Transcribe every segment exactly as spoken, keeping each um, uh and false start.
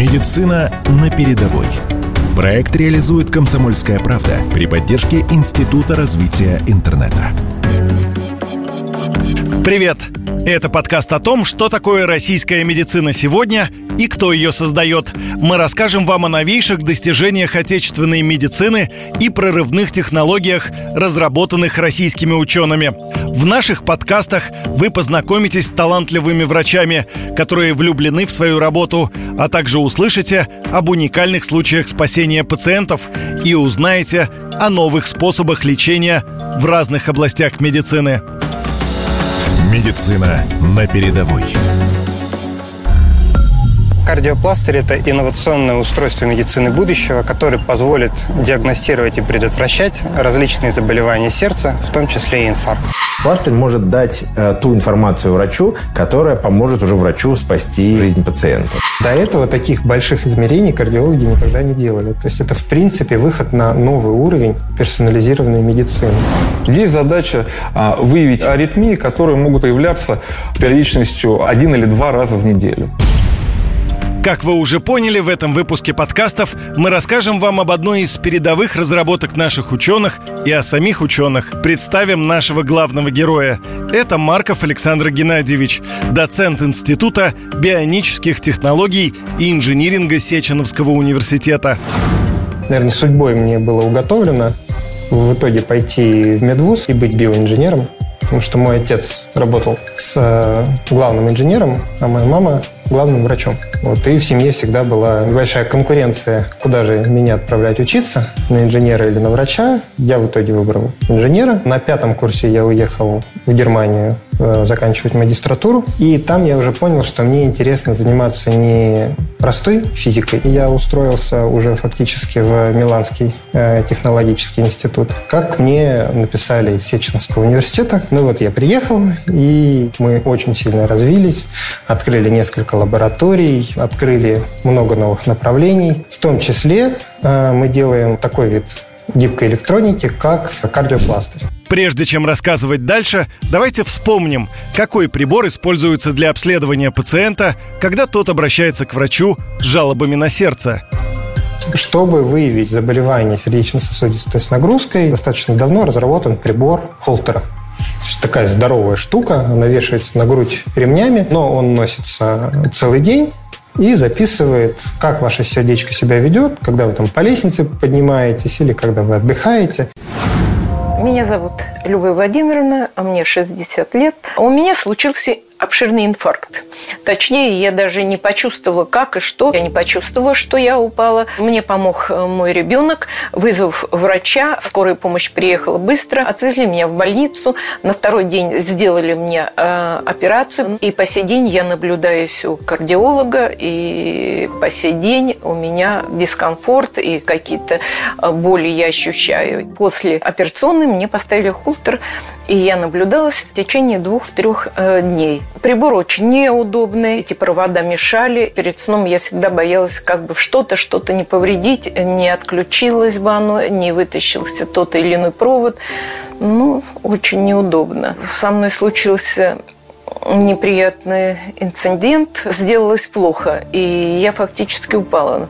Медицина на передовой. Проект реализует «Комсомольская правда» при поддержке Института развития интернета. Привет! Это подкаст о том, что такое российская медицина сегодня и кто ее создает. Мы расскажем вам о новейших достижениях отечественной медицины и прорывных технологиях, разработанных российскими учеными. В наших подкастах вы познакомитесь с талантливыми врачами, которые влюблены в свою работу, а также услышите об уникальных случаях спасения пациентов и узнаете о новых способах лечения в разных областях медицины. Медицина на передовой. Кардиопластырь – это инновационное устройство медицины будущего, которое позволит диагностировать и предотвращать различные заболевания сердца, в том числе и инфаркт. Пластырь может дать э, ту информацию врачу, которая поможет уже врачу спасти жизнь пациента. До этого таких больших измерений кардиологи никогда не делали. То есть это, в принципе, выход на новый уровень персонализированной медицины. Здесь задача а, выявить аритмии, которые могут появляться периодичностью один или два раза в неделю. Как вы уже поняли, в этом выпуске подкастов мы расскажем вам об одной из передовых разработок наших ученых и о самих ученых. Представим нашего главного героя. Это Марков Александр Геннадьевич, доцент Института бионических технологий и инжиниринга Сеченовского университета. Наверное, судьбой мне было уготовлено в итоге пойти в медвуз и быть биоинженером, потому что мой отец работал с главным инженером, а моя мама главным врачом. Вот, и в семье всегда была большая конкуренция, куда же меня отправлять учиться, на инженера или на врача. Я в итоге выбрал инженера. На пятом курсе я уехал в Германию э, заканчивать магистратуру. И там я уже понял, что мне интересно заниматься не простой физикой. Я устроился уже фактически в Миланский э, технологический институт. Как мне написали из Сеченовского университета. Ну вот я приехал, и мы очень сильно развились, открыли несколько лабораторий, открыли много новых направлений. В том числе э, мы делаем такой вид гибкой электроники, как кардиопластырь. Прежде чем рассказывать дальше, давайте вспомним, какой прибор используется для обследования пациента, когда тот обращается к врачу с жалобами на сердце. Чтобы выявить заболевание сердечно-сосудистой с нагрузкой, достаточно давно разработан прибор Холтера. Такая здоровая штука, она вешается на грудь ремнями, но он носится целый день и записывает, как ваше сердечко себя ведет, когда вы там по лестнице поднимаетесь или когда вы отдыхаете. Меня зовут Любовь Владимировна, а мне шестьдесят лет. У меня случился обширный инфаркт. Точнее, я даже не почувствовала, как и что. Я не почувствовала, что я упала. Мне помог мой ребенок. Вызвав врача, скорая помощь приехала быстро. Отвезли меня в больницу. На второй день сделали мне э, операцию. И по сей день я наблюдаюсь у кардиолога. И по сей день у меня дискомфорт и какие-то боли я ощущаю. После операционной мне поставили Холтер. И я наблюдалась в течение двух-трех э, дней. Прибор очень неудобный, эти провода мешали. Перед сном я всегда боялась, как бы что-то, что-то не повредить, не отключилось бы оно, не вытащился тот или иной провод. Ну, очень неудобно. Со мной случился неприятный инцидент, сделалось плохо, и я фактически упала.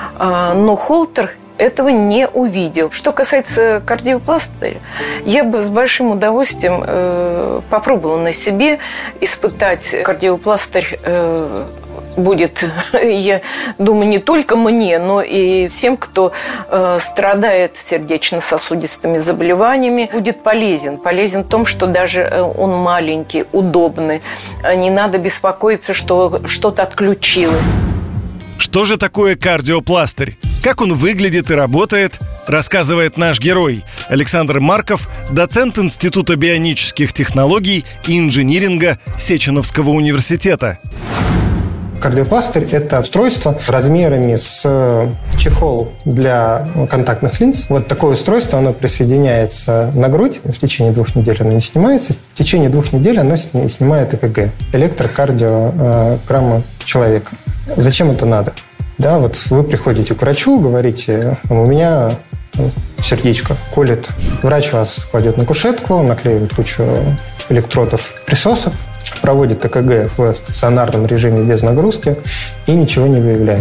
Но Холтер этого не увидел. Что касается кардиопластыря, я бы с большим удовольствием э, попробовала на себе испытать кардиопластырь. Э, будет, я думаю, не только мне, но и всем, кто э, страдает сердечно-сосудистыми заболеваниями, будет полезен. Полезен в том, что даже он маленький, удобный. Не надо беспокоиться, что что-то отключилось. Что же такое кардиопластырь? Как он выглядит и работает, рассказывает наш герой Александр Марков, доцент Института бионических технологий и инжиниринга Сеченовского университета. Кардиопластырь – это устройство размерами с чехол для контактных линз. Вот такое устройство, оно присоединяется на грудь. В течение двух недель оно не снимается. В течение двух недель оно снимает ЭКГ, электрокардиограмму человека. Зачем это надо? Да, вот вы приходите к врачу, говорите, у меня сердечко колет. Врач вас кладет на кушетку, наклеивает кучу электродов, присосок, проводит ЭКГ в стационарном режиме без нагрузки и ничего не выявляет.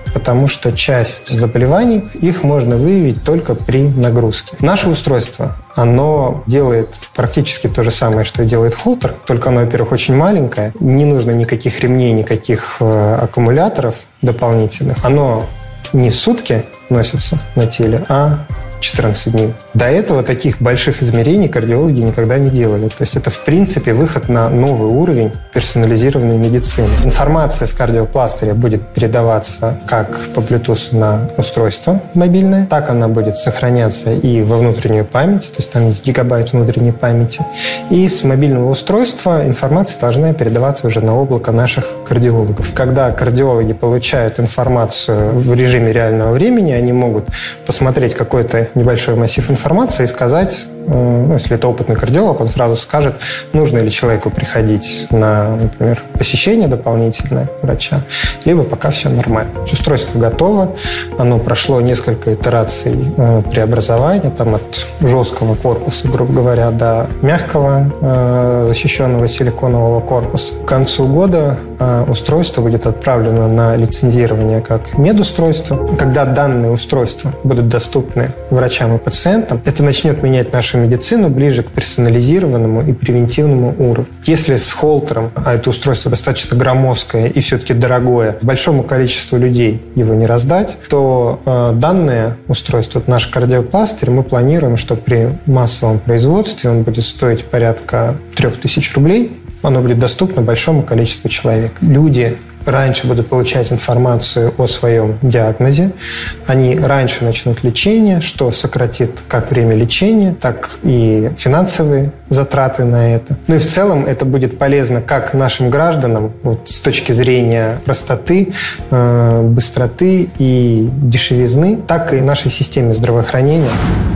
потому что часть заболеваний, их можно выявить только при нагрузке. Наше устройство, оно делает практически то же самое, что и делает Holter, только оно, во-первых, очень маленькое, не нужно никаких ремней, никаких э, аккумуляторов дополнительных. Оно не сутки носится на теле, а четырнадцать дней. До этого таких больших измерений кардиологи никогда не делали. То есть это, в принципе, выход на новый уровень персонализированной медицины. Информация с кардиопластыря будет передаваться как по Bluetooth на устройство мобильное, так она будет сохраняться и во внутреннюю память, то есть там есть гигабайт внутренней памяти. И с мобильного устройства информация должна передаваться уже на облако наших кардиологов. Когда кардиологи получают информацию в режиме реального времени, они могут посмотреть какой-то небольшой массив информации и сказать, ну, если это опытный кардиолог, он сразу скажет, нужно ли человеку приходить на, например, посещение дополнительное врача, либо пока все нормально. Устройство готово, оно прошло несколько итераций э, преобразования, там от жесткого корпуса, грубо говоря, до мягкого э, защищенного силиконового корпуса. К концу года э, устройство будет отправлено на лицензирование как медустройство. Когда данные устройства будут доступны врачам и пациентам, это начнет менять нашу медицину ближе к персонализированному и превентивному уровню. Если с Holter, а это устройство достаточно громоздкое и все-таки дорогое, большому количеству людей его не раздать, то э, данное устройство, наш кардиопластырь, мы планируем, что при массовом производстве он будет стоить порядка трех тысяч рублей. Оно будет доступно большому количеству человек. Люди раньше будут получать информацию о своем диагнозе, они раньше начнут лечение, что сократит как время лечения, так и финансовые затраты на это. Ну и в целом это будет полезно как нашим гражданам вот, с точки зрения простоты, э, быстроты и дешевизны, так и нашей системе здравоохранения.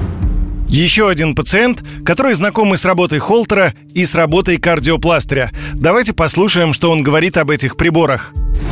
Еще один пациент, который знаком и с работой Холтера, и с работой кардиопластыря. Давайте послушаем, что он говорит об этих приборах.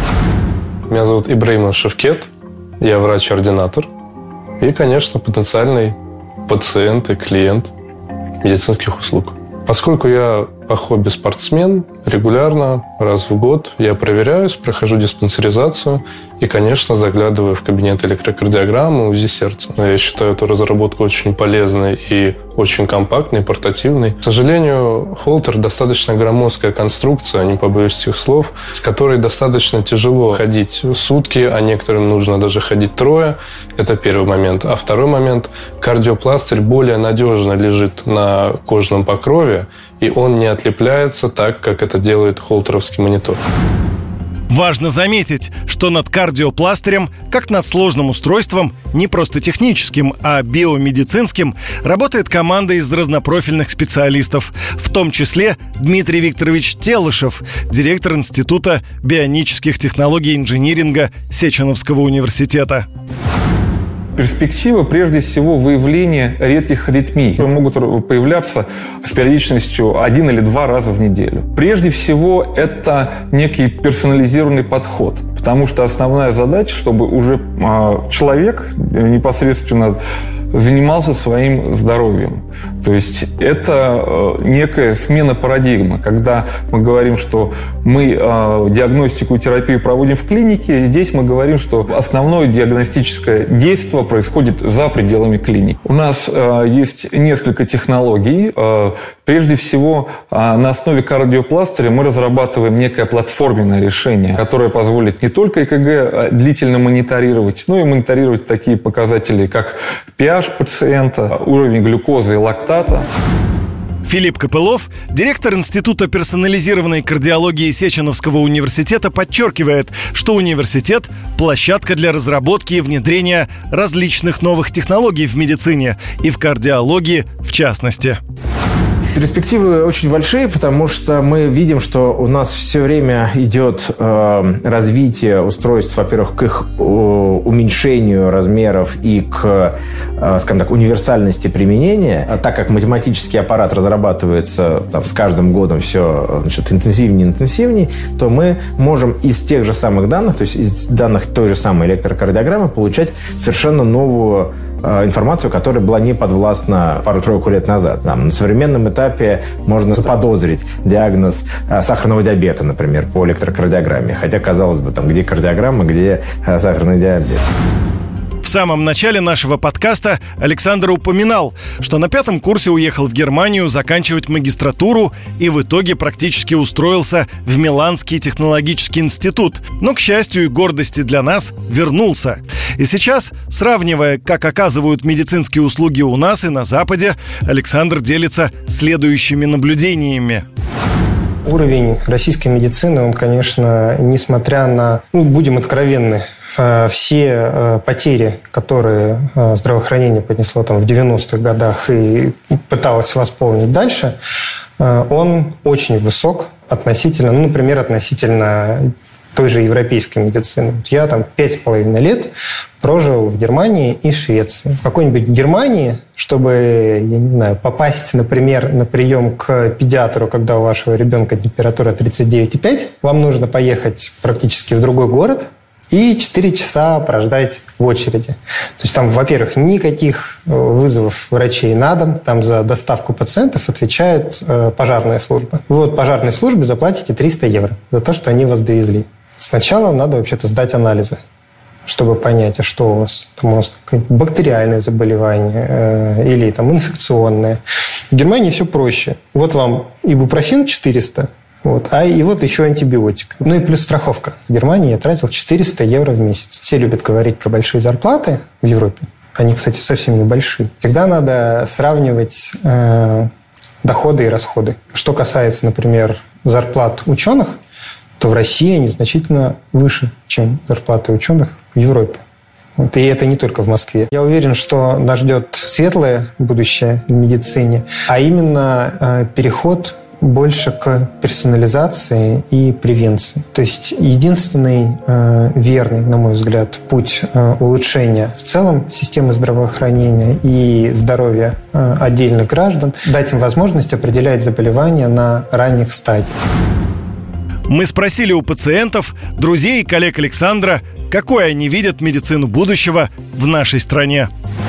Меня зовут Ибраимов Шевкет, я врач-ординатор и, конечно, потенциальный пациент и клиент медицинских услуг. Поскольку я по хобби спортсмен, регулярно, раз в год я проверяюсь, прохожу диспансеризацию и, конечно, заглядываю в кабинет электрокардиограммы, УЗИ сердца. Я считаю эту разработку очень полезной и очень компактной, портативной. К сожалению, Holter достаточно громоздкая конструкция, не побоюсь этих слов, с которой достаточно тяжело ходить сутки, а некоторым нужно даже ходить трое. Это первый момент. А второй момент – кардиопластырь более надежно лежит на кожном покрове, и он не отлепляется так, как это делает холтеровский монитор. Важно заметить, что над кардиопластырем, как над сложным устройством, не просто техническим, а биомедицинским, работает команда из разнопрофильных специалистов, в том числе Дмитрий Викторович Телышев, директор Института бионических технологий и инжиниринга Сеченовского университета. Перспектива, прежде всего, выявления редких аритмий, которые могут появляться с периодичностью один или два раза в неделю. Прежде всего, это некий персонализированный подход, потому что основная задача, чтобы уже человек непосредственно занимался своим здоровьем. То есть это некая смена парадигмы, когда мы говорим, что мы диагностику и терапию проводим в клинике, здесь мы говорим, что основное диагностическое действие происходит за пределами клиники. У нас есть несколько технологий. Прежде всего, на основе кардиопластыря мы разрабатываем некое платформенное решение, которое позволит не только ЭКГ длительно мониторировать, но и мониторировать такие показатели, как pH пациента, уровень глюкозы и лактата. Филипп Копылов, директор Института персонализированной кардиологии Сеченовского университета, подчеркивает, что университет – площадка для разработки и внедрения различных новых технологий в медицине и в кардиологии в частности. Перспективы очень большие, потому что мы видим, что у нас все время идет э, развитие устройств, во-первых, к их э, уменьшению размеров и к, э, скажем так, универсальности применения. А так как математический аппарат разрабатывается там, с каждым годом все значит, интенсивнее и интенсивнее, то мы можем из тех же самых данных, то есть из данных той же самой электрокардиограммы, получать совершенно новую информацию, которая была не подвластна пару-тройку лет назад. Там, на современном этапе можно заподозрить диагноз сахарного диабета, например, по электрокардиограмме. Хотя, казалось бы, там, где кардиограмма, где сахарный диабет. В самом начале нашего подкаста Александр упоминал, что на пятом курсе уехал в Германию заканчивать магистратуру и в итоге практически устроился в Миланский технологический институт. Но, к счастью и гордости для нас, вернулся. И сейчас, сравнивая, как оказывают медицинские услуги у нас и на Западе, Александр делится следующими наблюдениями. Уровень российской медицины, он, конечно, несмотря на, ну, будем откровенны, все потери, которые здравоохранение понесло там в девяностых годах и пыталось восполнить дальше, он очень высок относительно, ну, например, относительно той же европейской медицины. Я там пять с половиной лет прожил в Германии и Швеции. В какой-нибудь Германии, чтобы, я не знаю, попасть, например, на прием к педиатру, когда у вашего ребенка температура тридцать девять и пять, вам нужно поехать практически в другой город и четыре часа прождать в очереди. То есть там, во-первых, никаких вызовов врачей на дом, там за доставку пациентов отвечает э, пожарная служба. Вы вот пожарной службе заплатите триста евро за то, что они вас довезли. Сначала надо вообще-то сдать анализы, чтобы понять, а что у вас. Там у вас бактериальное заболевание э, или там инфекционное. В Германии все проще. Вот вам ибупрофен четыреста, вот, а и вот еще антибиотик. Ну и плюс страховка. В Германии я тратил четыреста евро в месяц. Все любят говорить про большие зарплаты в Европе. Они, кстати, совсем небольшие. Всегда надо сравнивать э, доходы и расходы. Что касается, например, зарплат ученых, то в России они значительно выше, чем зарплаты ученых в Европе. Вот, и это не только в Москве. Я уверен, что нас ждет светлое будущее в медицине, а именно э, переход больше к персонализации и превенции. То есть единственный э, верный, на мой взгляд, путь э, улучшения в целом системы здравоохранения и здоровья э, отдельных граждан – дать им возможность определять заболевания на ранних стадиях. Мы спросили у пациентов, друзей и коллег Александра, какой они видят медицину будущего в нашей стране.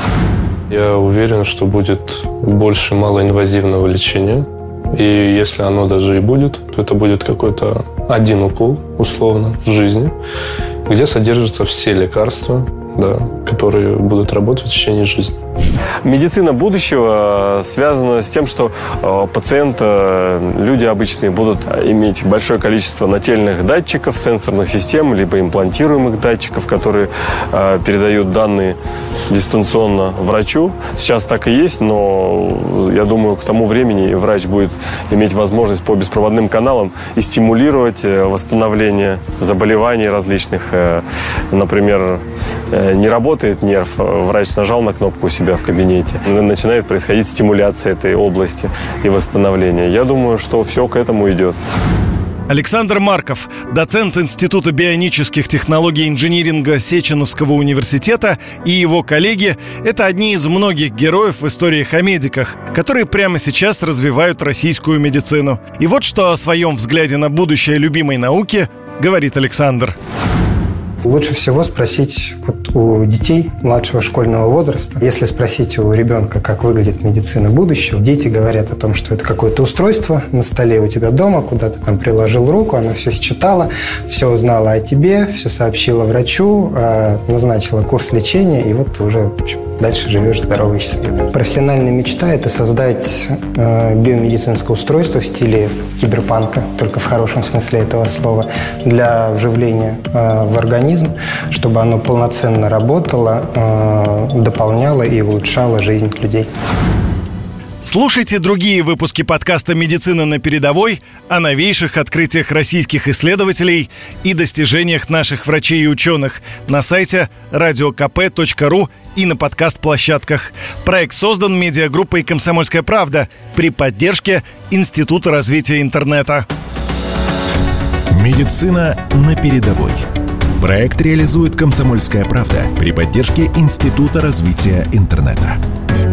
Я уверен, что будет больше малоинвазивного лечения. И если оно даже и будет, то это будет какой-то один укол, условно, в жизни, где содержатся все лекарства, да, которые будут работать в течение жизни. Медицина будущего связана с тем, что пациенты, люди обычные, будут иметь большое количество нательных датчиков, сенсорных систем, либо имплантируемых датчиков, которые передают данные дистанционно врачу. Сейчас так и есть, но я думаю, к тому времени врач будет иметь возможность по беспроводным каналам и стимулировать восстановление заболеваний различных. Например, не работает нерв, врач нажал на кнопку у себя в кабинете, начинает происходить стимуляция этой области и восстановление. Я думаю, что все к этому идет. Александр Марков, доцент Института бионических технологий и инжиниринга Сеченовского университета, и его коллеги – это одни из многих героев в историях о медиках, которые прямо сейчас развивают российскую медицину. И вот что о своем взгляде на будущее любимой науки говорит Александр. Лучше всего спросить вот у детей младшего школьного возраста. Если спросить у ребенка, как выглядит медицина будущего, дети говорят о том, что это какое-то устройство на столе у тебя дома, куда ты там приложил руку, она все считала, все узнала о тебе, все сообщила врачу, назначила курс лечения, и вот ты уже, в общем, дальше живешь здоровый и счастливый. Профессиональная мечта – это создать биомедицинское устройство в стиле киберпанка, только в хорошем смысле этого слова, для вживления в организм, чтобы оно полноценно работало, дополняло и улучшало жизнь людей. Слушайте другие выпуски подкаста «Медицина на передовой» о новейших открытиях российских исследователей и достижениях наших врачей и ученых на сайте радио ка пэ точка ру и на подкаст-площадках. Проект создан медиагруппой «Комсомольская правда» при поддержке Института развития интернета. «Медицина на передовой». Проект реализует «Комсомольская правда» при поддержке Института развития интернета.